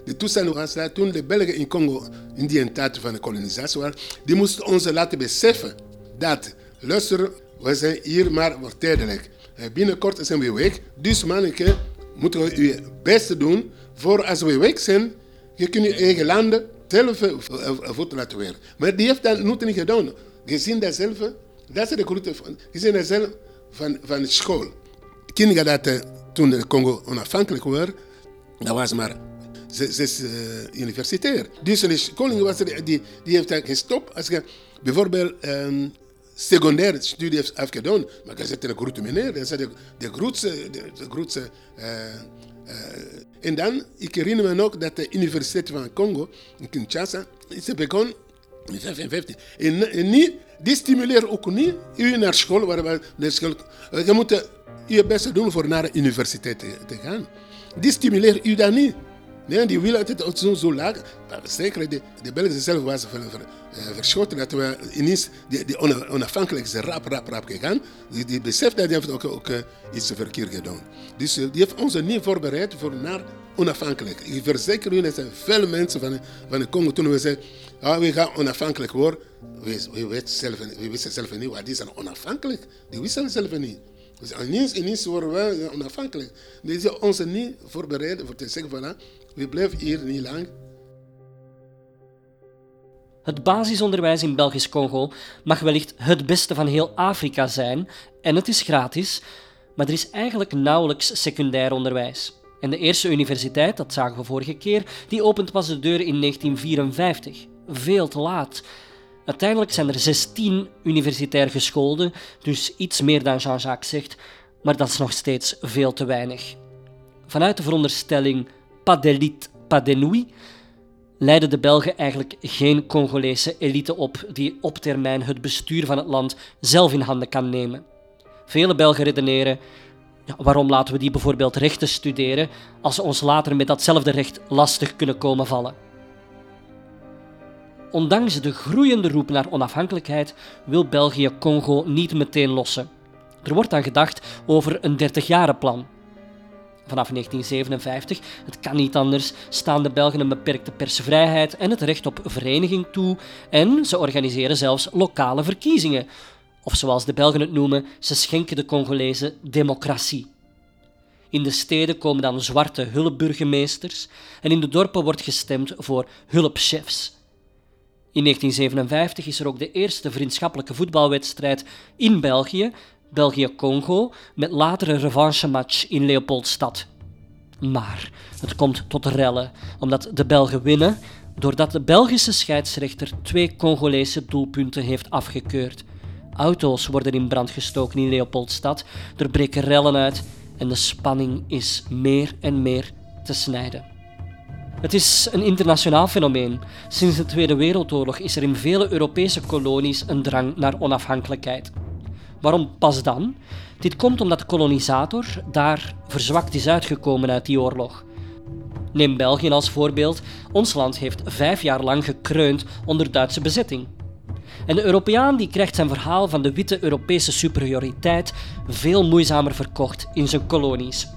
De toestand was dat toen de Belgen in Congo in die tijd van de kolonisatie waren, die moesten ons laten beseffen dat, luister, we zijn hier maar voor tijdelijk. Binnenkort zijn we weg, dus manneke, moeten we je best doen voor als we weg zijn, je kunt je eigen landen zelf voet laten werken. Maar die heeft dat nooit niet gedaan. Gezien dat zelf, dat is de grote, gezien dat zelf van de school. Kinderen dat toen de Congo onafhankelijk werd, dat was maar 6 universitair. Dus de scholing was die heeft dat gestopt. Als je bijvoorbeeld secundaire studie heeft afgedaan, maar dat is een grote meneer, dat is de grootste. En dan, ik herinner me nog dat de Universiteit van Congo, in Kinshasa, is begonnen in 1955. En niet, die stimuleren ook niet u naar school, je moet je best doen voor naar de universiteit te gaan. Die stimuleren u dan niet. Nee, die willen het zo laag. Zeker de Belgen zelf was verschoten dat we ineens die onafhankelijk is rap gegaan. Die beseft dat die heeft ook iets verkeerd gedaan. Dus die heeft ons niet voorbereid voor naar onafhankelijk. Ik verzeker u, er zijn veel mensen van de Congo toen we zeiden, we gaan onafhankelijk worden. We wisten zelf niet wat is dan onafhankelijk. Die wisten zelf niet. Dus ineens worden we onafhankelijk. Die zijn ons niet voorbereid voor te zeggen van, we blijven hier niet lang. Het basisonderwijs in Belgisch-Kongo mag wellicht het beste van heel Afrika zijn en het is gratis, maar er is eigenlijk nauwelijks secundair onderwijs. En de eerste universiteit, dat zagen we vorige keer, die opent pas de deur in 1954. Veel te laat. Uiteindelijk zijn er 16 universitair gescholden, dus iets meer dan Jean-Jacques zegt, maar dat is nog steeds veel te weinig. Vanuit de veronderstelling pas d'élite, pas d'ennui, leiden de Belgen eigenlijk geen Congolese elite op die op termijn het bestuur van het land zelf in handen kan nemen. Vele Belgen redeneren, waarom laten we die bijvoorbeeld rechten studeren als ze ons later met datzelfde recht lastig kunnen komen vallen? Ondanks de groeiende roep naar onafhankelijkheid wil België Congo niet meteen lossen. Er wordt dan gedacht over een 30-jarenplan. Vanaf 1957, het kan niet anders, staan de Belgen een beperkte persvrijheid en het recht op vereniging toe en ze organiseren zelfs lokale verkiezingen. Of zoals de Belgen het noemen, ze schenken de Congolezen democratie. In de steden komen dan zwarte hulpburgemeesters en in de dorpen wordt gestemd voor hulpchefs. In 1957 is er ook de eerste vriendschappelijke voetbalwedstrijd in België, België-Congo, met later een revanchematch in Leopoldstad. Maar het komt tot rellen, omdat de Belgen winnen, doordat de Belgische scheidsrechter 2 Congolese doelpunten heeft afgekeurd. Auto's worden in brand gestoken in Leopoldstad, er breken rellen uit en de spanning is meer en meer te snijden. Het is een internationaal fenomeen. Sinds de Tweede Wereldoorlog is er in vele Europese kolonies een drang naar onafhankelijkheid. Waarom pas dan? Dit komt omdat de kolonisator daar verzwakt is uitgekomen uit die oorlog. Neem België als voorbeeld. Ons land heeft 5 jaar lang gekreund onder Duitse bezetting. En de Europeaan die krijgt zijn verhaal van de witte Europese superioriteit veel moeizamer verkocht in zijn kolonies.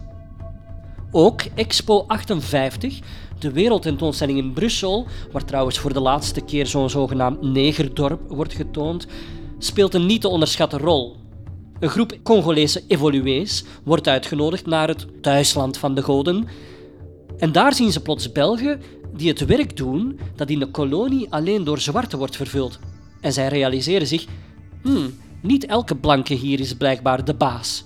Ook Expo 58, de wereldtentoonstelling in Brussel, waar trouwens voor de laatste keer zo'n zogenaamd negerdorp wordt getoond, speelt een niet te onderschatte rol. Een groep Congolese evoluees wordt uitgenodigd naar het thuisland van de goden. En daar zien ze plots Belgen die het werk doen dat in de kolonie alleen door zwarten wordt vervuld. En zij realiseren zich, niet elke blanke hier is blijkbaar de baas.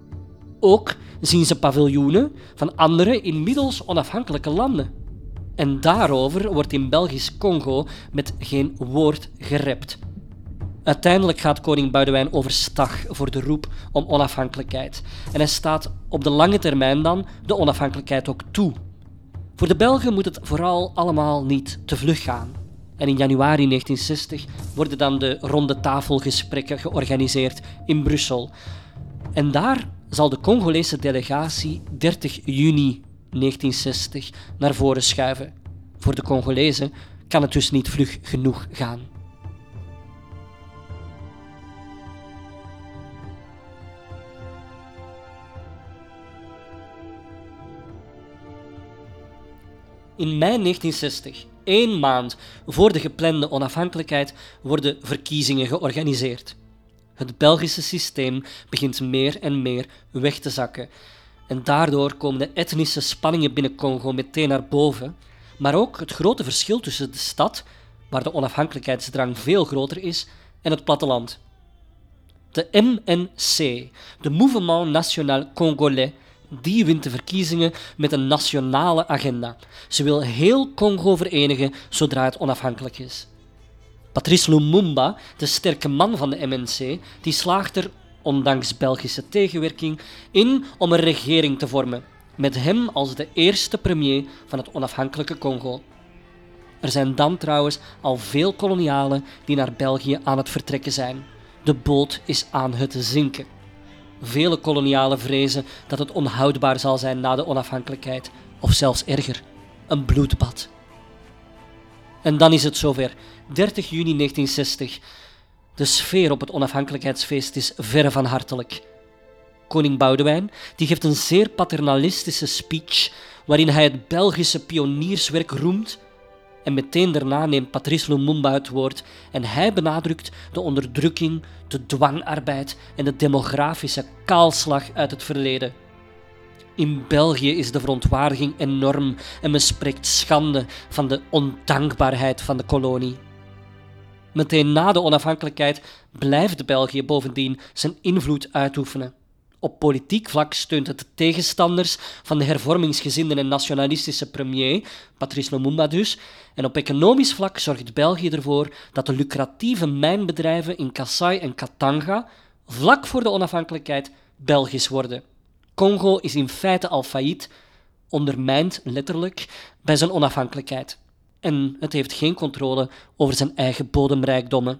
Ook zien ze paviljoenen van andere inmiddels onafhankelijke landen. En daarover wordt in Belgisch Congo met geen woord gerept. Uiteindelijk gaat koning Boudewijn overstag voor de roep om onafhankelijkheid. En hij staat op de lange termijn dan de onafhankelijkheid ook toe. Voor de Belgen moet het vooral allemaal niet te vlug gaan. En in januari 1960 worden dan de ronde tafelgesprekken georganiseerd in Brussel. En daar zal de Congolese delegatie 30 juni 1960 naar voren schuiven. Voor de Congolezen kan het dus niet vlug genoeg gaan. In mei 1960, 1 maand voor de geplande onafhankelijkheid, worden verkiezingen georganiseerd. Het Belgische systeem begint meer en meer weg te zakken. En daardoor komen de etnische spanningen binnen Congo meteen naar boven, maar ook het grote verschil tussen de stad, waar de onafhankelijkheidsdrang veel groter is, en het platteland. De MNC, de Mouvement National Congolais, die wint de verkiezingen met een nationale agenda. Ze wil heel Congo verenigen zodra het onafhankelijk is. Patrice Lumumba, de sterke man van de MNC, die slaagt er, ondanks Belgische tegenwerking, in om een regering te vormen, met hem als de eerste premier van het onafhankelijke Congo. Er zijn dan trouwens al veel kolonialen die naar België aan het vertrekken zijn. De boot is aan het zinken. Vele kolonialen vrezen dat het onhoudbaar zal zijn na de onafhankelijkheid, of zelfs erger, een bloedbad. En dan is het zover, 30 juni 1960. De sfeer op het onafhankelijkheidsfeest is verre van hartelijk. Koning Boudewijn die geeft een zeer paternalistische speech waarin hij het Belgische pionierswerk roemt. En meteen daarna neemt Patrice Lumumba het woord en hij benadrukt de onderdrukking, de dwangarbeid en de demografische kaalslag uit het verleden. In België is de verontwaardiging enorm en men spreekt schande van de ondankbaarheid van de kolonie. Meteen na de onafhankelijkheid blijft België bovendien zijn invloed uitoefenen. Op politiek vlak steunt het de tegenstanders van de hervormingsgezinde en nationalistische premier, Patrice Lumumba dus, en op economisch vlak zorgt België ervoor dat de lucratieve mijnbedrijven in Kasai en Katanga vlak voor de onafhankelijkheid Belgisch worden. Congo is in feite al failliet, ondermijnd letterlijk bij zijn onafhankelijkheid. En het heeft geen controle over zijn eigen bodemrijkdommen.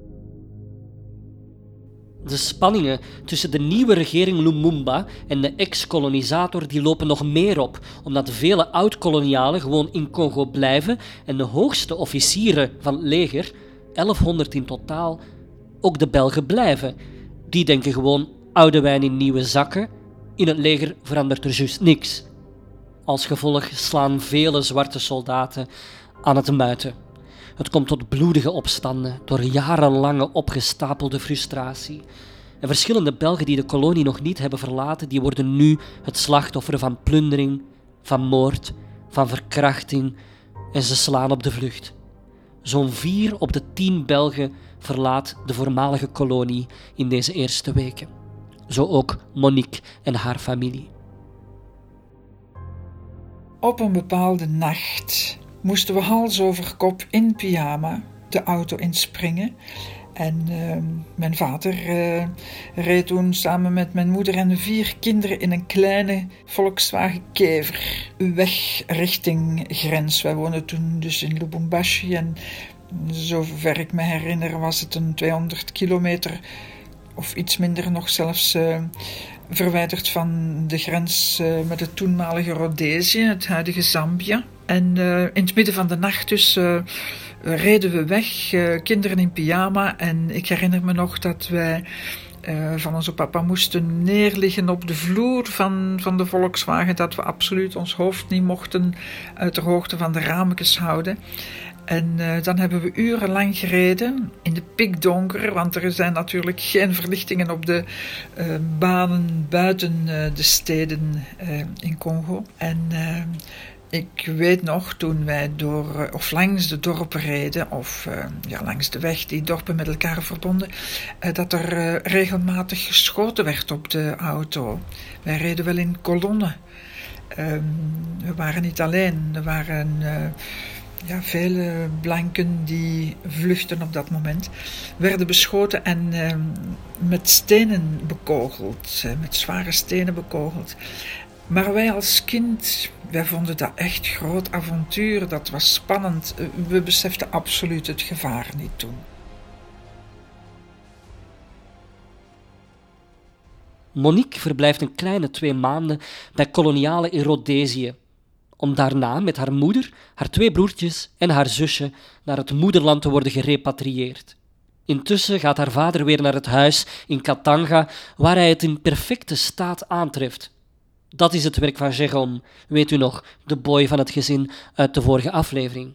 De spanningen tussen de nieuwe regering Lumumba en de ex-kolonisator die lopen nog meer op, omdat vele oud-kolonialen gewoon in Congo blijven en de hoogste officieren van het leger, 1100 in totaal, ook de Belgen blijven. Die denken gewoon oude wijn in nieuwe zakken, in het leger verandert er juist niks. Als gevolg slaan vele zwarte soldaten aan het muiten. Het komt tot bloedige opstanden door jarenlange opgestapelde frustratie. En verschillende Belgen die de kolonie nog niet hebben verlaten, die worden nu het slachtoffer van plundering, van moord, van verkrachting en ze slaan op de vlucht. Zo'n 4 op de 10 Belgen verlaat de voormalige kolonie in deze eerste weken. Zo ook Monique en haar familie. Op een bepaalde nacht moesten we hals over kop in pyjama de auto inspringen. En mijn vader reed toen samen met mijn moeder en de 4 kinderen in een kleine Volkswagen Kever weg richting grens. Wij woonden toen dus in Lubumbashi en zover ik me herinner was het een 200 kilometer of iets minder nog zelfs verwijderd van de grens met het toenmalige Rhodesië, het huidige Zambia. En in het midden van de nacht dus reden we weg, kinderen in pyjama. En ik herinner me nog dat wij van onze papa moesten neerliggen op de vloer van de Volkswagen, dat we absoluut ons hoofd niet mochten uit de hoogte van de rametjes houden. En dan hebben we urenlang gereden in de pikdonker, want er zijn natuurlijk geen verlichtingen op de banen buiten de steden in Congo. En ik weet nog, toen wij langs de dorpen reden, langs de weg die dorpen met elkaar verbonden, dat er regelmatig geschoten werd op de auto. Wij reden wel in kolonnen. We waren niet alleen, er waren vele blanken die vluchtten op dat moment, werden beschoten en met stenen bekogeld, met zware stenen bekogeld. Maar wij als kind, wij vonden dat echt groot avontuur, dat was spannend. We beseften absoluut het gevaar niet toen. Monique verblijft een kleine 2 maanden bij kolonialen in Rhodesië, om daarna met haar moeder, haar 2 broertjes en haar zusje naar het moederland te worden gerepatrieerd. Intussen gaat haar vader weer naar het huis in Katanga, waar hij het in perfecte staat aantreft. Dat is het werk van Jérôme, weet u nog, de boy van het gezin uit de vorige aflevering.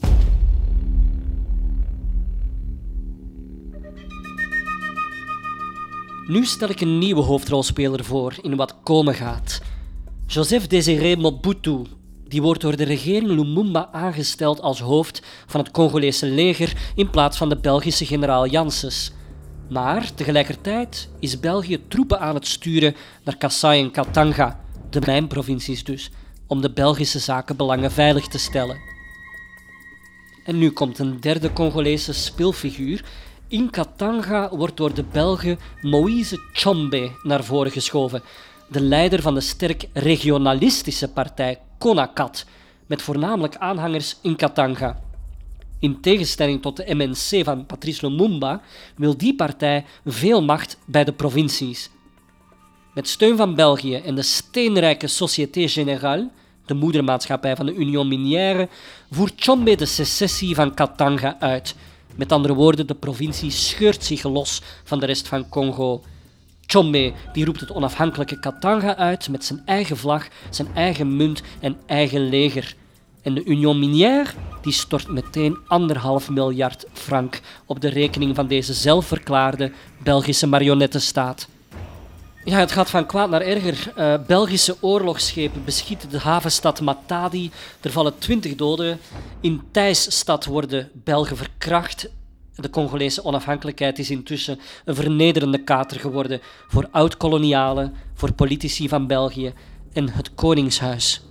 Nu stel ik een nieuwe hoofdrolspeler voor in wat komen gaat. Joseph Désiré Mobutu, die wordt door de regering Lumumba aangesteld als hoofd van het Congolese leger in plaats van de Belgische generaal Janssens. Maar tegelijkertijd is België troepen aan het sturen naar Kasai en Katanga, de mijnprovincies dus, om de Belgische zakenbelangen veilig te stellen. En nu komt een derde Congolese speelfiguur. In Katanga wordt door de Belgen Moïse Tshombe naar voren geschoven, de leider van de sterk regionalistische partij CONACAT, met voornamelijk aanhangers in Katanga. In tegenstelling tot de MNC van Patrice Lumumba wil die partij veel macht bij de provincies. Met steun van België en de steenrijke Société Générale, de moedermaatschappij van de Union Minière, voert Tshombe de secessie van Katanga uit. Met andere woorden, de provincie scheurt zich los van de rest van Congo. Tshombe die roept het onafhankelijke Katanga uit met zijn eigen vlag, zijn eigen munt en eigen leger. En de Union Minière die stort meteen 1,5 miljard frank op de rekening van deze zelfverklaarde Belgische marionettenstaat. Ja, het gaat van kwaad naar erger. Belgische oorlogsschepen beschieten de havenstad Matadi. Er vallen 20 doden. In Thijsstad worden Belgen verkracht. De Congolese onafhankelijkheid is intussen een vernederende kater geworden voor oud-kolonialen, voor politici van België en het Koningshuis.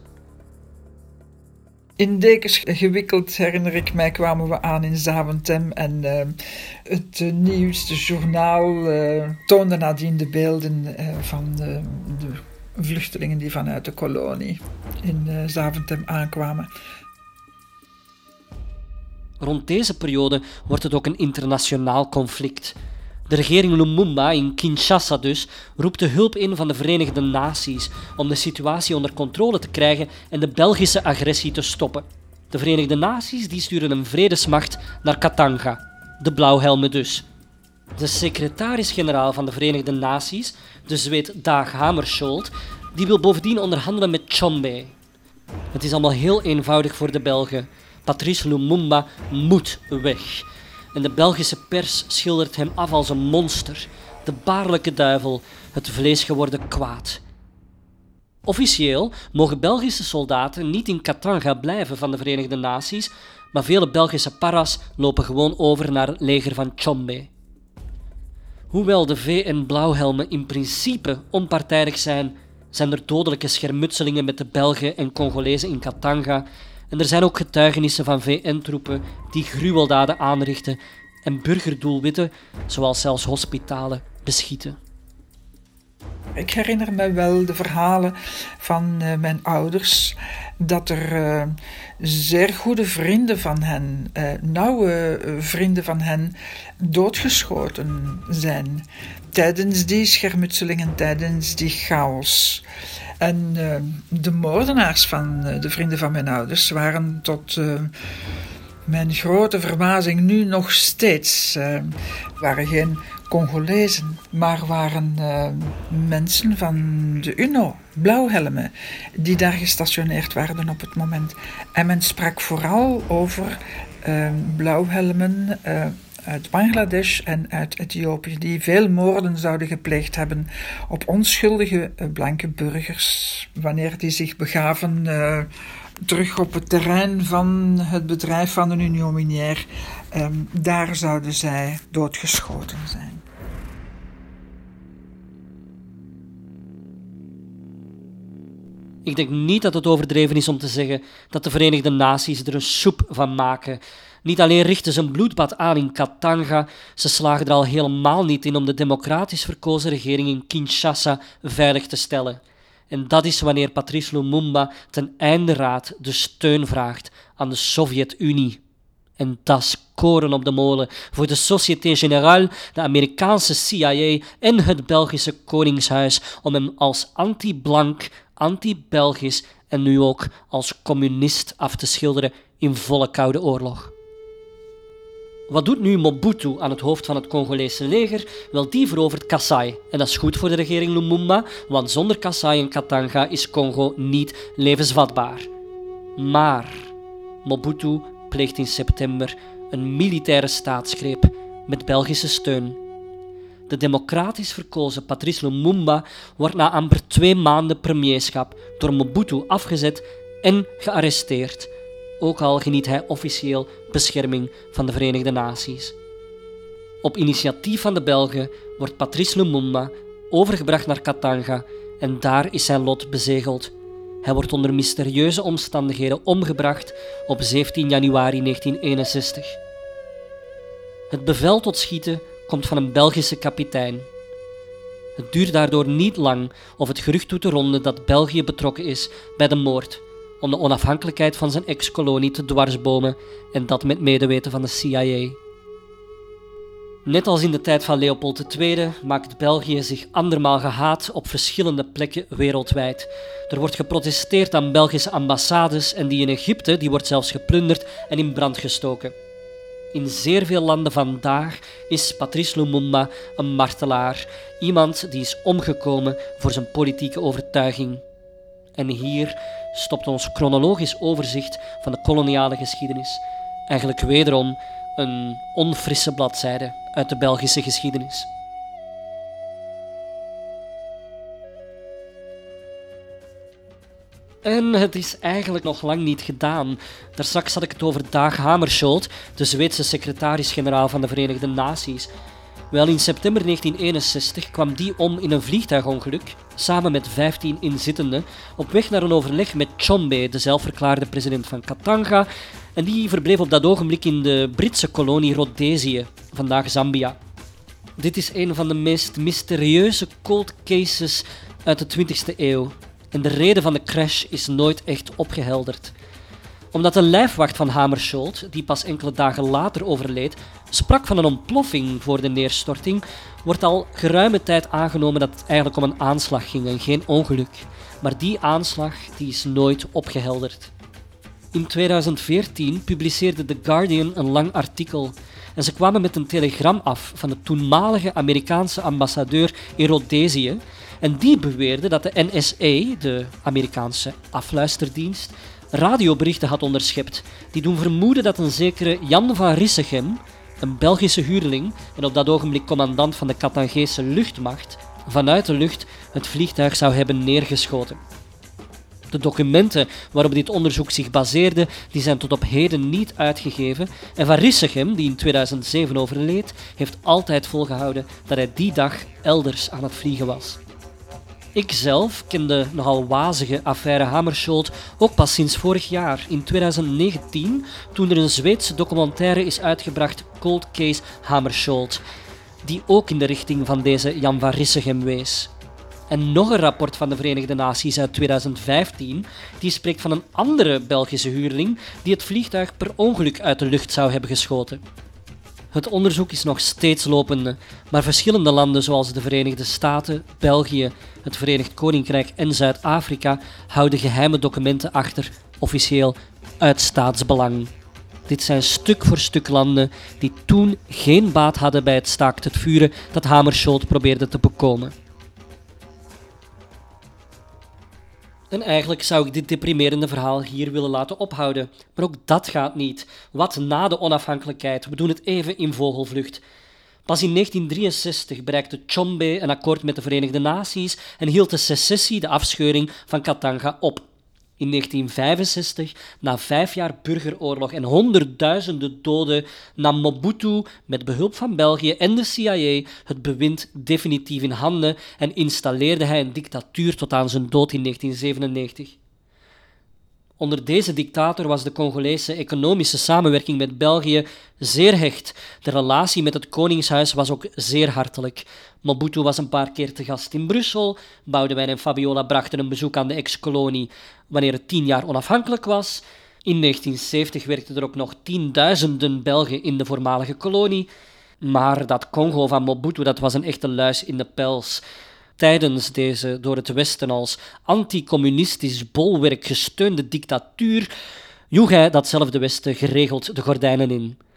In dekens gewikkeld, herinner ik mij, kwamen we aan in Zaventem en het nieuwste journaal toonde nadien de beelden van de vluchtelingen die vanuit de kolonie in Zaventem aankwamen. Rond deze periode wordt het ook een internationaal conflict. De regering Lumumba in Kinshasa dus roept de hulp in van de Verenigde Naties om de situatie onder controle te krijgen en de Belgische agressie te stoppen. De Verenigde Naties die sturen een vredesmacht naar Katanga, de blauwhelmen dus. De secretaris-generaal van de Verenigde Naties, de Zweed Dag Hammarskjöld, die wil bovendien onderhandelen met Tshombe. Het is allemaal heel eenvoudig voor de Belgen. Patrice Lumumba moet weg. En de Belgische pers schildert hem af als een monster, de baarlijke duivel, het vlees geworden kwaad. Officieel mogen Belgische soldaten niet in Katanga blijven van de Verenigde Naties, maar vele Belgische paras lopen gewoon over naar het leger van Tshombe. Hoewel de VN-blauwhelmen in principe onpartijdig zijn, zijn er dodelijke schermutselingen met de Belgen en Congolezen in Katanga. En er zijn ook getuigenissen van VN-troepen die gruweldaden aanrichten en burgerdoelwitten, zoals zelfs hospitalen, beschieten. Ik herinner me wel de verhalen van mijn ouders, dat er zeer goede vrienden van hen, nauwe vrienden van hen, doodgeschoten zijn tijdens die schermutselingen, tijdens die chaos. En de moordenaars van de vrienden van mijn ouders waren tot mijn grote verbazing nu nog steeds, waren geen Congolezen, maar waren mensen van de UNO, blauwhelmen, die daar gestationeerd waren op het moment. En men sprak vooral over blauwhelmen uit Bangladesh en uit Ethiopië, die veel moorden zouden gepleegd hebben op onschuldige blanke burgers, wanneer die zich begaven terug op het terrein van het bedrijf van de Union Minière. Daar zouden zij doodgeschoten zijn. Ik denk niet dat het overdreven is om te zeggen dat de Verenigde Naties er een soep van maken. Niet alleen richten ze een bloedbad aan in Katanga, ze slagen er al helemaal niet in om de democratisch verkozen regering in Kinshasa veilig te stellen. En dat is wanneer Patrice Lumumba ten einde raad de steun vraagt aan de Sovjet-Unie. En dat is koren op de molen voor de Société Générale, de Amerikaanse CIA en het Belgische Koningshuis om hem als anti-blank, anti-Belgisch en nu ook als communist af te schilderen in volle Koude Oorlog. Wat doet nu Mobutu aan het hoofd van het Congolese leger? Wel, die verovert Kasai. En dat is goed voor de regering Lumumba, want zonder Kasai en Katanga is Congo niet levensvatbaar. Maar Mobutu pleegt in september een militaire staatsgreep met Belgische steun. De democratisch verkozen Patrice Lumumba wordt na amper 2 maanden premierschap door Mobutu afgezet en gearresteerd, ook al geniet hij officieel bescherming van de Verenigde Naties. Op initiatief van de Belgen wordt Patrice Lumumba overgebracht naar Katanga en daar is zijn lot bezegeld. Hij wordt onder mysterieuze omstandigheden omgebracht op 17 januari 1961. Het bevel tot schieten komt van een Belgische kapitein. Het duurt daardoor niet lang of het gerucht doet de ronde dat België betrokken is bij de moord om de onafhankelijkheid van zijn ex-kolonie te dwarsbomen en dat met medeweten van de CIA. Net als in de tijd van Leopold II maakt België zich andermaal gehaat op verschillende plekken wereldwijd. Er wordt geprotesteerd aan Belgische ambassades en die in Egypte die wordt zelfs geplunderd en in brand gestoken. In zeer veel landen vandaag is Patrice Lumumba een martelaar, iemand die is omgekomen voor zijn politieke overtuiging. En hier stopt ons chronologisch overzicht van de koloniale geschiedenis. Eigenlijk wederom een onfrisse bladzijde uit de Belgische geschiedenis. En het is eigenlijk nog lang niet gedaan. Daarstraks had ik het over Dag Hammarskjöld, de Zweedse secretaris-generaal van de Verenigde Naties. Wel, in september 1961 kwam die om in een vliegtuigongeluk, samen met 15 inzittenden, op weg naar een overleg met Tshombe, de zelfverklaarde president van Katanga, en die verbleef op dat ogenblik in de Britse kolonie Rhodesië, vandaag Zambia. Dit is een van de meest mysterieuze cold cases uit de 20e eeuw. En de reden van de crash is nooit echt opgehelderd. Omdat de lijfwacht van Hammarskjöld, die pas enkele dagen later overleed, sprak van een ontploffing voor de neerstorting, wordt al geruime tijd aangenomen dat het eigenlijk om een aanslag ging en geen ongeluk. Maar die aanslag die is nooit opgehelderd. In 2014 publiceerde The Guardian een lang artikel en ze kwamen met een telegram af van de toenmalige Amerikaanse ambassadeur in Rhodesië en die beweerde dat de NSA, de Amerikaanse afluisterdienst, radioberichten had onderschept die doen vermoeden dat een zekere Jan van Rissegem, een Belgische huurling en op dat ogenblik commandant van de Katangese luchtmacht, vanuit de lucht het vliegtuig zou hebben neergeschoten. De documenten waarop dit onderzoek zich baseerde, die zijn tot op heden niet uitgegeven en Van Rissegem, die in 2007 overleed, heeft altijd volgehouden dat hij die dag elders aan het vliegen was. Ik zelf ken de nogal wazige affaire Hammarskjöld ook pas sinds vorig jaar, in 2019, toen er een Zweedse documentaire is uitgebracht, Cold Case Hammarskjöld, die ook in de richting van deze Jan van Rissegem wees. En nog een rapport van de Verenigde Naties uit 2015, die spreekt van een andere Belgische huurling die het vliegtuig per ongeluk uit de lucht zou hebben geschoten. Het onderzoek is nog steeds lopende, maar verschillende landen zoals de Verenigde Staten, België, het Verenigd Koninkrijk en Zuid-Afrika houden geheime documenten achter, officieel uit staatsbelang. Dit zijn stuk voor stuk landen die toen geen baat hadden bij het staakt het vuren dat Hammarskjöld probeerde te bekomen. En eigenlijk zou ik dit deprimerende verhaal hier willen laten ophouden. Maar ook dat gaat niet. Wat na de onafhankelijkheid? We doen het even in vogelvlucht. Pas in 1963 bereikte Tshombe een akkoord met de Verenigde Naties en hield de secessie, de afscheuring van Katanga, op. In 1965, na 5 jaar burgeroorlog en honderdduizenden doden, nam Mobutu met behulp van België en de CIA het bewind definitief in handen en installeerde hij een dictatuur tot aan zijn dood in 1997. Onder deze dictator was de Congolese economische samenwerking met België zeer hecht. De relatie met het Koningshuis was ook zeer hartelijk. Mobutu was een paar keer te gast in Brussel. Boudewijn en Fabiola brachten een bezoek aan de ex-kolonie wanneer het 10 jaar onafhankelijk was. In 1970 werkten er ook nog tienduizenden Belgen in de voormalige kolonie. Maar dat Congo van Mobutu, dat was een echte luis in de pels. Tijdens deze door het Westen als anticommunistisch bolwerk gesteunde dictatuur joeg hij datzelfde Westen geregeld de gordijnen in.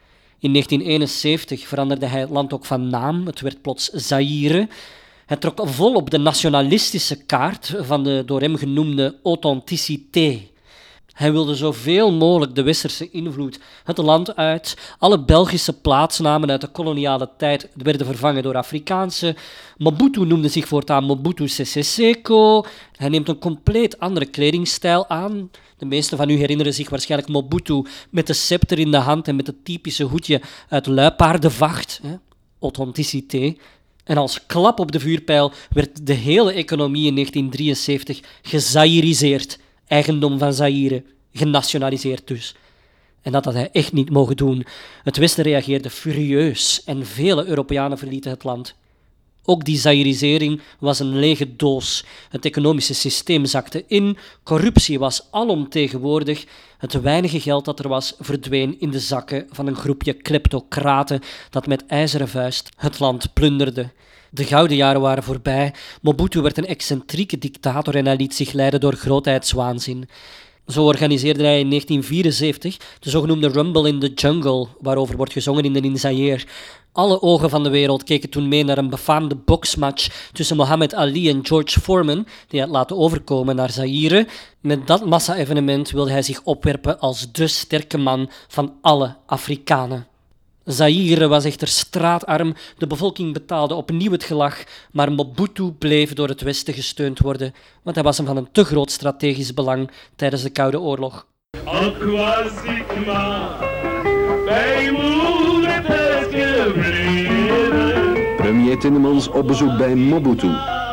In 1971 veranderde hij het land ook van naam. Het werd plots Zaïre. Hij trok vol op de nationalistische kaart van de door hem genoemde authenticité. Hij wilde zoveel mogelijk de westerse invloed het land uit. Alle Belgische plaatsnamen uit de koloniale tijd werden vervangen door Afrikaanse. Mobutu noemde zich voortaan Mobutu Sese Seko. Hij neemt een compleet andere kledingstijl aan. De meesten van u herinneren zich waarschijnlijk Mobutu met de scepter in de hand en met het typische hoedje uit luipaardenvacht. Authenticité. En als klap op de vuurpijl werd de hele economie in 1973 gezaïriseerd. Eigendom van Zaïre, genationaliseerd dus. En dat had hij echt niet mogen doen. Het Westen reageerde furieus en vele Europeanen verlieten het land. Ook die Zaïrisering was een lege doos. Het economische systeem zakte in, corruptie was alomtegenwoordig. Het weinige geld dat er was verdween in de zakken van een groepje kleptocraten dat met ijzeren vuist het land plunderde. De gouden jaren waren voorbij. Mobutu werd een excentrieke dictator en hij liet zich leiden door grootheidswaanzin. Zo organiseerde hij in 1974 de zogenoemde Rumble in the Jungle, waarover wordt gezongen in de Zaïre. Alle ogen van de wereld keken toen mee naar een befaamde boksmatch tussen Muhammad Ali en George Foreman, die had laten overkomen naar Zaïre. Met dat massa-evenement wilde hij zich opwerpen als de sterke man van alle Afrikanen. Zaïre was echter straatarm, de bevolking betaalde opnieuw het gelag, maar Mobutu bleef door het Westen gesteund worden, want hij was hem van een te groot strategisch belang tijdens de Koude Oorlog. Premier Tindemans op bezoek bij Mobutu.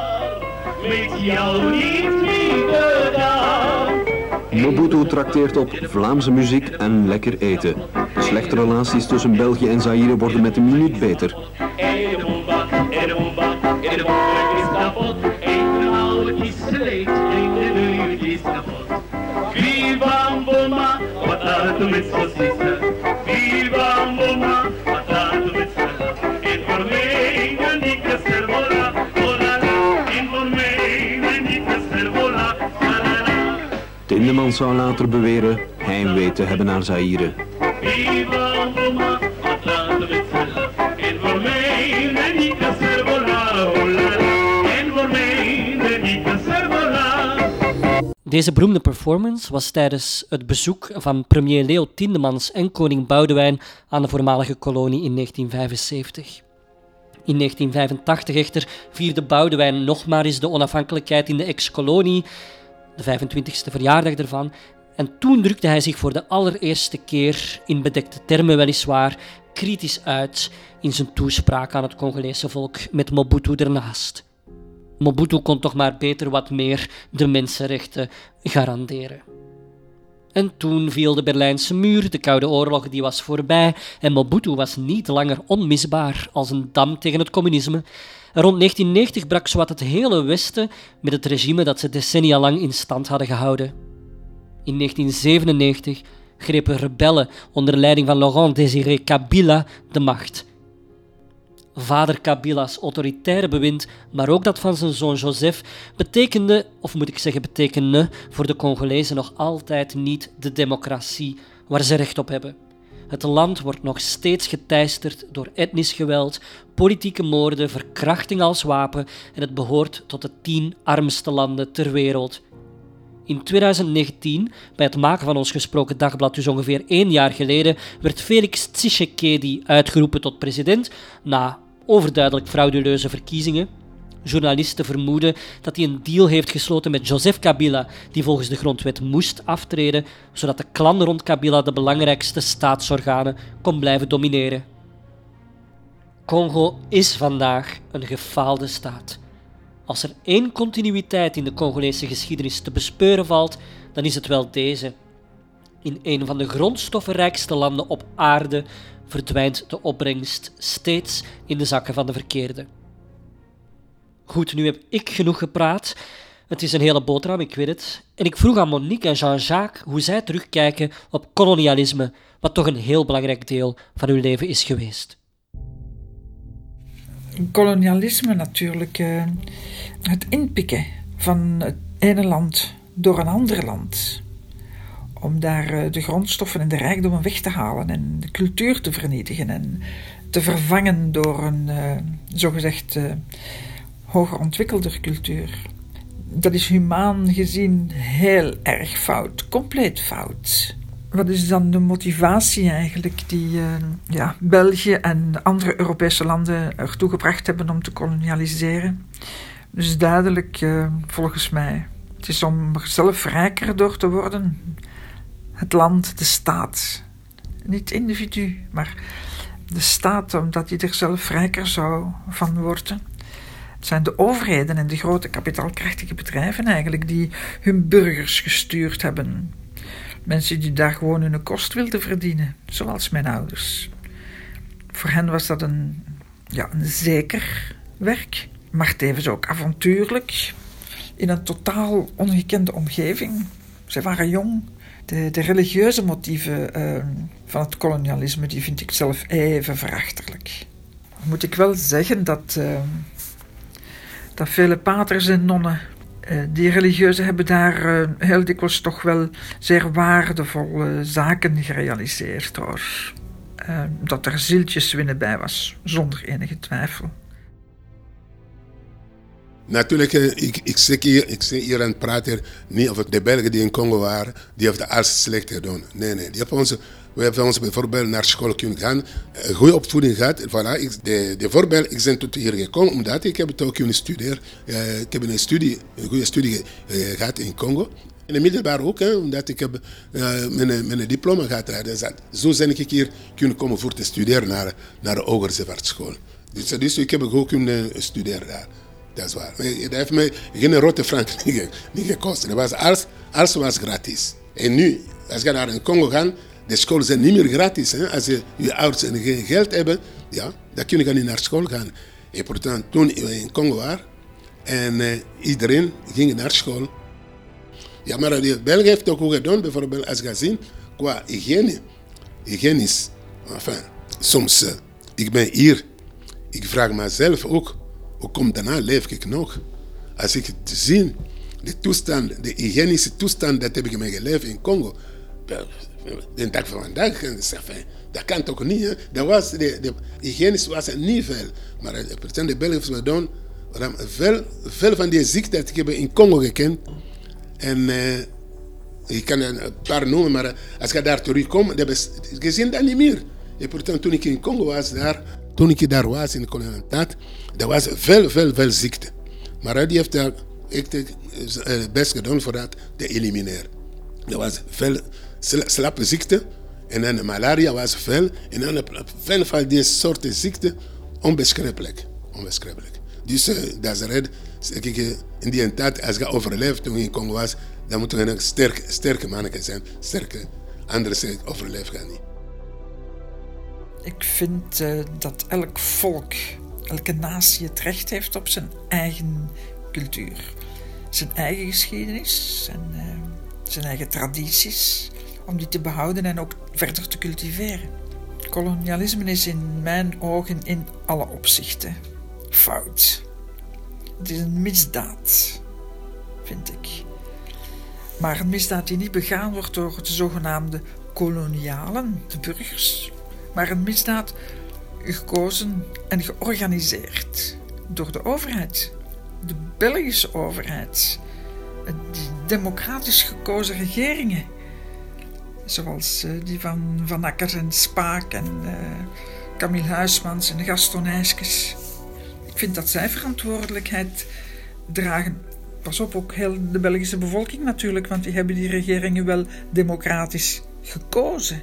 Mobutu trakteert op Vlaamse muziek en lekker eten. De slechte relaties tussen België en Zaïre worden met een minuut beter. Tindemans zou later beweren heimwee te hebben naar Zaïre. Deze beroemde performance was tijdens het bezoek van premier Leo Tindemans en koning Boudewijn aan de voormalige kolonie in 1975. In 1985 echter vierde Boudewijn nog maar eens de onafhankelijkheid in de ex-kolonie, de 25e verjaardag ervan, en toen drukte hij zich voor de allereerste keer, in bedekte termen weliswaar, kritisch uit in zijn toespraak aan het Congolese volk met Mobutu ernaast. Mobutu kon toch maar beter wat meer de mensenrechten garanderen. En toen viel de Berlijnse muur, de Koude Oorlog die was voorbij en Mobutu was niet langer onmisbaar als een dam tegen het communisme. En rond 1990 brak zowat het hele Westen met het regime dat ze decennia lang in stand hadden gehouden. In 1997 grepen rebellen onder leiding van Laurent Désiré Kabila de macht. Vader Kabila's autoritaire bewind, maar ook dat van zijn zoon Joseph, betekende voor de Congolezen nog altijd niet de democratie waar ze recht op hebben. Het land wordt nog steeds geteisterd door etnisch geweld, politieke moorden, verkrachting als wapen en het behoort tot de 10 armste landen ter wereld. In 2019, bij het maken van ons gesproken dagblad, dus ongeveer 1 jaar geleden, werd Félix Tshisekedi uitgeroepen tot president na overduidelijk frauduleuze verkiezingen. Journalisten vermoeden dat hij een deal heeft gesloten met Joseph Kabila, die volgens de grondwet moest aftreden, zodat de clan rond Kabila de belangrijkste staatsorganen kon blijven domineren. Congo is vandaag een gefaalde staat. Als er 1 continuïteit in de Congolese geschiedenis te bespeuren valt, dan is het wel deze. In een van de grondstoffenrijkste landen op aarde verdwijnt de opbrengst steeds in de zakken van de verkeerden. Goed, nu heb ik genoeg gepraat. Het is een hele boterham, ik weet het. En ik vroeg aan Monique en Jean-Jacques hoe zij terugkijken op kolonialisme, wat toch een heel belangrijk deel van hun leven is geweest. Kolonialisme natuurlijk, het inpikken van het ene land door een ander land. om daar de grondstoffen en de rijkdommen weg te halen en de cultuur te vernietigen en te vervangen door een zogezegd hoger ontwikkelder cultuur. Dat is humaan gezien heel erg fout, compleet fout. Wat is dan de motivatie eigenlijk die België en andere Europese landen ertoe gebracht hebben om te kolonialiseren? Dus duidelijk, volgens mij, het is om er zelf rijker door te worden. Het land, de staat. Niet het individu, maar de staat, omdat die er zelf rijker zou van worden. Het zijn de overheden en de grote kapitaalkrachtige bedrijven eigenlijk die hun burgers gestuurd hebben. Mensen die daar gewoon hun kost wilden verdienen, zoals mijn ouders. Voor hen was dat een zeker werk, maar tevens ook avontuurlijk, in een totaal ongekende omgeving. Ze waren jong. De religieuze motieven van het kolonialisme, die vind ik zelf even verachtelijk. Moet ik wel zeggen dat vele paters en nonnen, die religieuzen hebben daar heel dikwijls toch wel zeer waardevolle zaken gerealiseerd, hoor. Dat er zieltjeswinnen bij was, zonder enige twijfel. Natuurlijk, ik zeg hier aan het praten niet over de Belgen die in Congo waren, die hebben alles slecht gedaan. Nee. We hebben ons bijvoorbeeld naar school kunnen gaan, een goede opvoeding gehad. Voilà, ik ben tot hier gekomen omdat ik heb het ook kunnen studeren. Ik heb een goede studie gehad in Congo. In het middelbaar ook, omdat ik heb mijn diploma gehad. Zo ben ik hier kunnen komen voor te studeren naar de Hogerzeevaartschool. Dus ik heb ook kunnen studeren daar. Dat is waar. Dat heeft mij geen rotte frank niet gekost. Alles was gratis. En nu, als je naar in Congo gaat, de scholen zijn niet meer gratis. Hè? Als je ouders geen geld hebben, dan kun je niet naar school gaan. En pourtant, toen we in Congo waren, en iedereen ging naar school. Ja, maar de Belgen heeft ook ook gedaan, bijvoorbeeld als je ziet, qua hygiëne. Hygiënisch. Enfin, soms, ik ben hier, ik vraag mezelf ook, hoe komt daarna leef ik nog? Als ik zie, de hygiënische toestand, dat heb ik mee geleefd in Congo. De dag van vandaag, dat kan toch niet. Hè? De hygiënisch was er niet veel. Maar de Belgen doen veel van die ziekten dat ik heb in Congo gekend. En ik kan een paar noemen, maar als je daar terugkomt, je ziet dat niet meer. En toen ik in Congo was, toen ik daar was in de kolonialiteit, er was veel ziekte. Maar die heeft daar echt het best gedaan voor dat te elimineren. Er was veel slappe ziekte en dan malaria was veel. En dan veel van die soorten ziekten onbeschrijpelijk. Dus dat is de reden, zeg ik, in die tijd, als je overleeft toen je in Congo was, dan moeten we een sterke mannen zijn. Anders overleven gaan niet. Ik vind dat elk volk, elke natie het recht heeft op zijn eigen cultuur. Zijn eigen geschiedenis en zijn eigen tradities, om die te behouden en ook verder te cultiveren. Kolonialisme is in mijn ogen in alle opzichten fout. Het is een misdaad, vind ik. Maar een misdaad die niet begaan wordt door de zogenaamde kolonialen, de burgers, maar een misdaad gekozen en georganiseerd door de overheid, de Belgische overheid, die democratisch gekozen regeringen, zoals die van Van Acker en Spaak en Camille Huysmans en Gaston Eyskens. Ik vind dat zij verantwoordelijkheid dragen. Pas op, ook heel de Belgische bevolking natuurlijk, want die hebben die regeringen wel democratisch gekozen.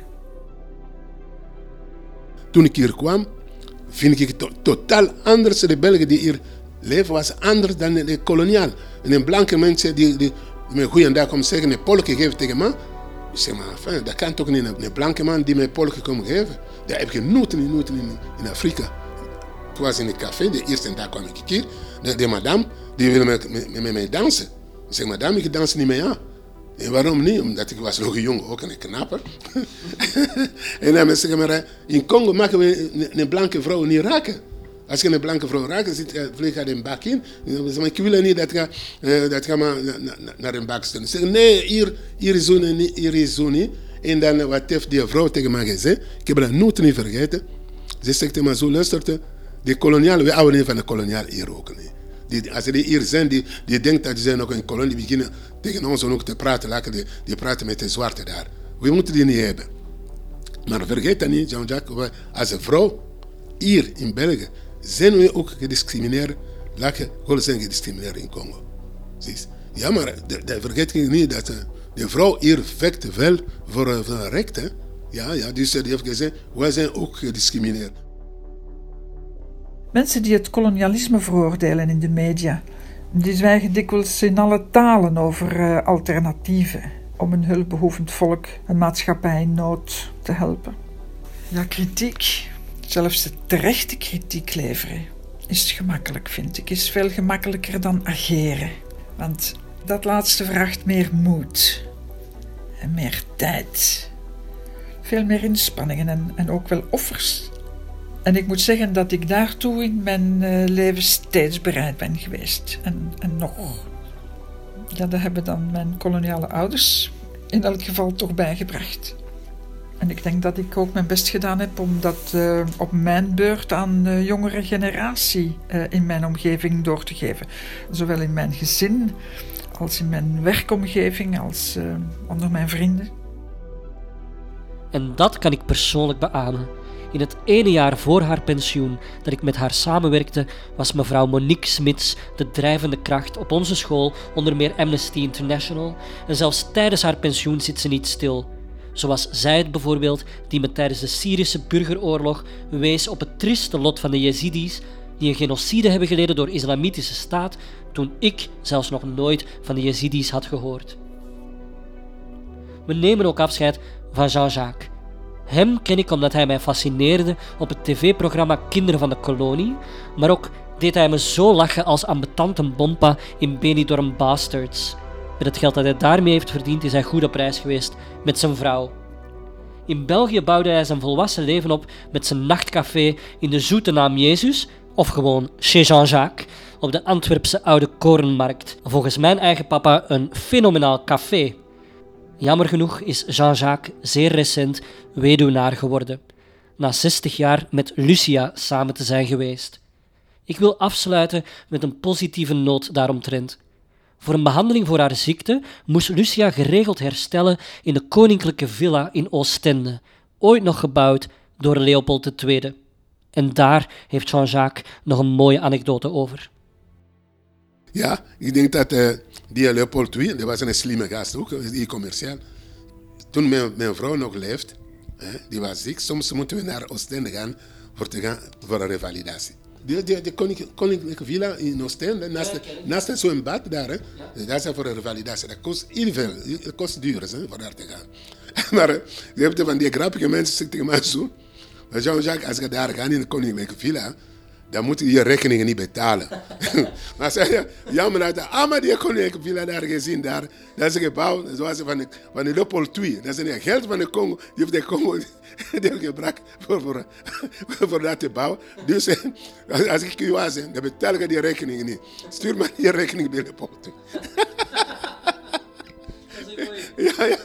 Toen ik hier kwam, vind ik het totaal anders. De Belgen die hier leven was anders dan de koloniaal. En een blanke mensen die met goede dag komen zeggen, een Polke geeft tegen me. Ik zeg maar, enfin, dat kan toch niet een blanke man die mij Polke komt geven. Dat heb je nooit in Afrika. Ik was in een café, de eerste dag kwam ik hier. De madame, die wilde met mij dansen. Ik zeg, madame, ik dans niet mee aan. En waarom niet? Omdat ik was nog jong, ook een knapper. En dan zeggen maar, in Congo maken we een blanke vrouw niet raken. Als je een blanke vrouw raakt, vlieg je een bak in. Maar ik wil niet dat je maar naar een bak sturen. Zeg, nee, hier is zo niet. En dan wat heeft die vrouw tegen mij gezegd? Ik heb dat nooit niet vergeten. Ze zegt tegen mij zo, luistert, de kolonialen, we houden niet van de koloniaal hier ook niet. Als die hier zijn, die denken dat ze nog een kolonie beginnen tegen ons ook te praten. Die praten met de zwarte daar. We moeten die niet hebben. Maar vergeet dat niet, Jean-Jacques, als een vrouw hier in België zijn we ook gediscrimineerd. We zijn gediscrimineerd in Congo. Ja, maar vergeet niet dat de vrouw hier vecht wel voor rechten. Ja, dus die heeft gezegd, wij zijn ook gediscrimineerd. Mensen die het kolonialisme veroordelen in de media, die zwijgen dikwijls in alle talen over alternatieven om een hulpbehoevend volk, een maatschappij in nood te helpen. Ja, kritiek, zelfs de terechte kritiek leveren, is gemakkelijk, vind ik. Is veel gemakkelijker dan ageren. Want dat laatste vraagt meer moed en meer tijd. Veel meer inspanningen en ook wel offers. En ik moet zeggen dat ik daartoe in mijn leven steeds bereid ben geweest. En nog. Ja, dat hebben dan mijn koloniale ouders in elk geval toch bijgebracht. En ik denk dat ik ook mijn best gedaan heb om dat op mijn beurt aan de jongere generatie in mijn omgeving door te geven. Zowel in mijn gezin als in mijn werkomgeving, als onder mijn vrienden. En dat kan ik persoonlijk beamen. In het ene jaar voor haar pensioen dat ik met haar samenwerkte, was mevrouw Monique Smits de drijvende kracht op onze school, onder meer Amnesty International. En zelfs tijdens haar pensioen zit ze niet stil. Zoals zij het bijvoorbeeld, die me tijdens de Syrische burgeroorlog wees op het trieste lot van de Jezidis, die een genocide hebben geleden door de Islamitische Staat, toen ik zelfs nog nooit van de Jezidis had gehoord. We nemen ook afscheid van Jean-Jacques. Hem ken ik omdat hij mij fascineerde op het tv-programma Kinderen van de Kolonie, maar ook deed hij me zo lachen als ambetante bompa in Benidorm Bastards. Met het geld dat hij daarmee heeft verdiend is hij goed op reis geweest met zijn vrouw. In België bouwde hij zijn volwassen leven op met zijn nachtcafé in de Zoete Naam Jezus, of gewoon chez Jean-Jacques, op de Antwerpse Oude Korenmarkt. Volgens mijn eigen papa een fenomenaal café. Jammer genoeg is Jean-Jacques zeer recent weduwnaar geworden, na 60 jaar met Lucia samen te zijn geweest. Ik wil afsluiten met een positieve noot daaromtrent. Voor een behandeling voor haar ziekte moest Lucia geregeld herstellen in de koninklijke villa in Oostende, ooit nog gebouwd door Leopold II. En daar heeft Jean-Jacques nog een mooie anekdote over. Ja, ik denk dat die Leopold II, dat was een slimme gast ook, die commerciaal. Toen mijn vrouw nog leeft, die was ziek, soms moeten we naar Oostende gaan voor een revalidatie. De koninklijke villa in Oostende, naast zo'n bad daar, dat is voor een revalidatie. Dat kost heel veel, dat kost duur voor daar te gaan. Maar je hebt van die grappige mensen tegen mij zo. Maar Jean-Jacques, als je daar gaat in de koninklijke villa, dan moet je je rekeningen niet betalen. Maar zei je, jammer dat allemaal die koninklijke villa daar gezien daar, dat is een gebouw zoals van de Leopold II. Dat is een geld van de Congo, die heeft de Congo gebruikt voor dat te bouwen. Dus als ik u was, dan betaal je die rekeningen niet. Stuur maar die rekening bij Leopold II. Ja.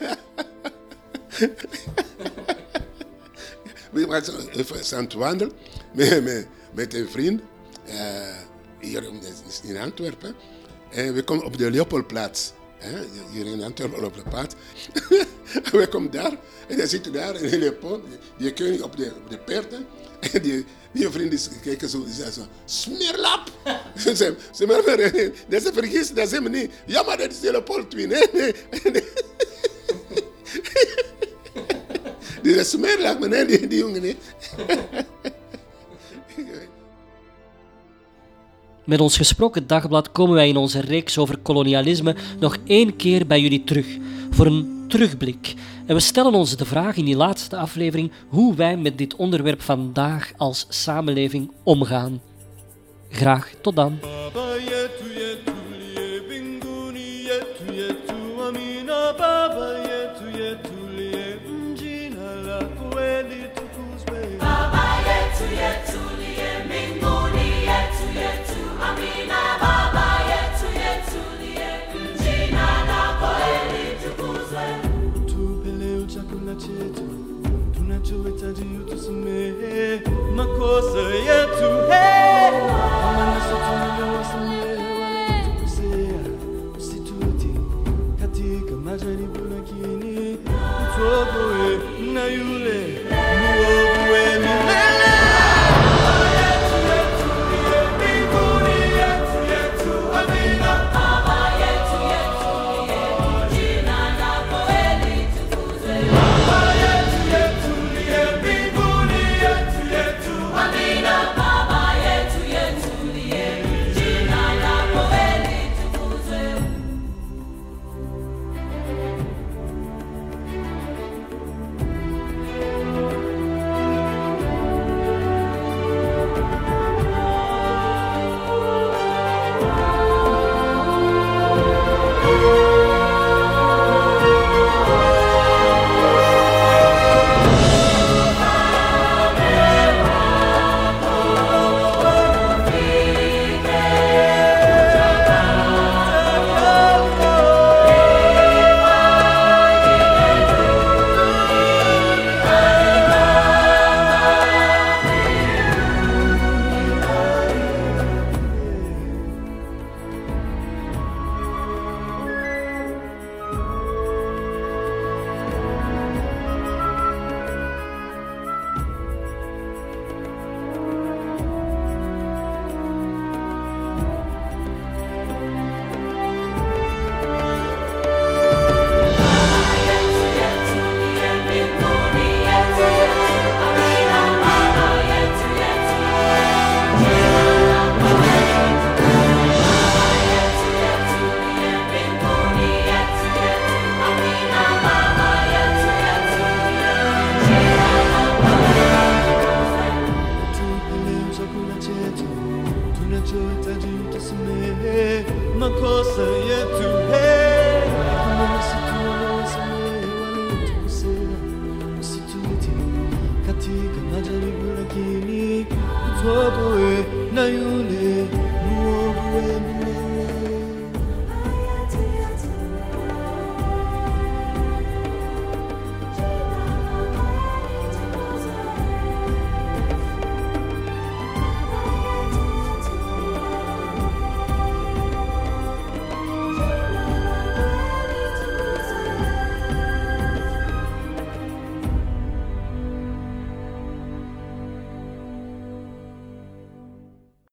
We waren even aan het wandelen met een vriend hier in Antwerpen. En we komen op de Leopoldplaats. Hier in Antwerpen op de plaats. We komen daar en dan zit daar in Leopold, die koning op de paarden. En die vriend is gekeken zo, die zei zo, smeerlap! Ze maar, dat is vergis, dat is hem niet. Ja, maar dat is Leopold II, nee. Die is smeerlap, maar nee, die jongen niet. Met ons gesproken dagblad komen wij in onze reeks over kolonialisme nog 1 keer bij jullie terug, voor een terugblik. En we stellen ons de vraag in die laatste aflevering hoe wij met dit onderwerp vandaag als samenleving omgaan. Graag tot dan. Baba yetu yetu liye mbinguni. najaribu lakini mtoto we na yule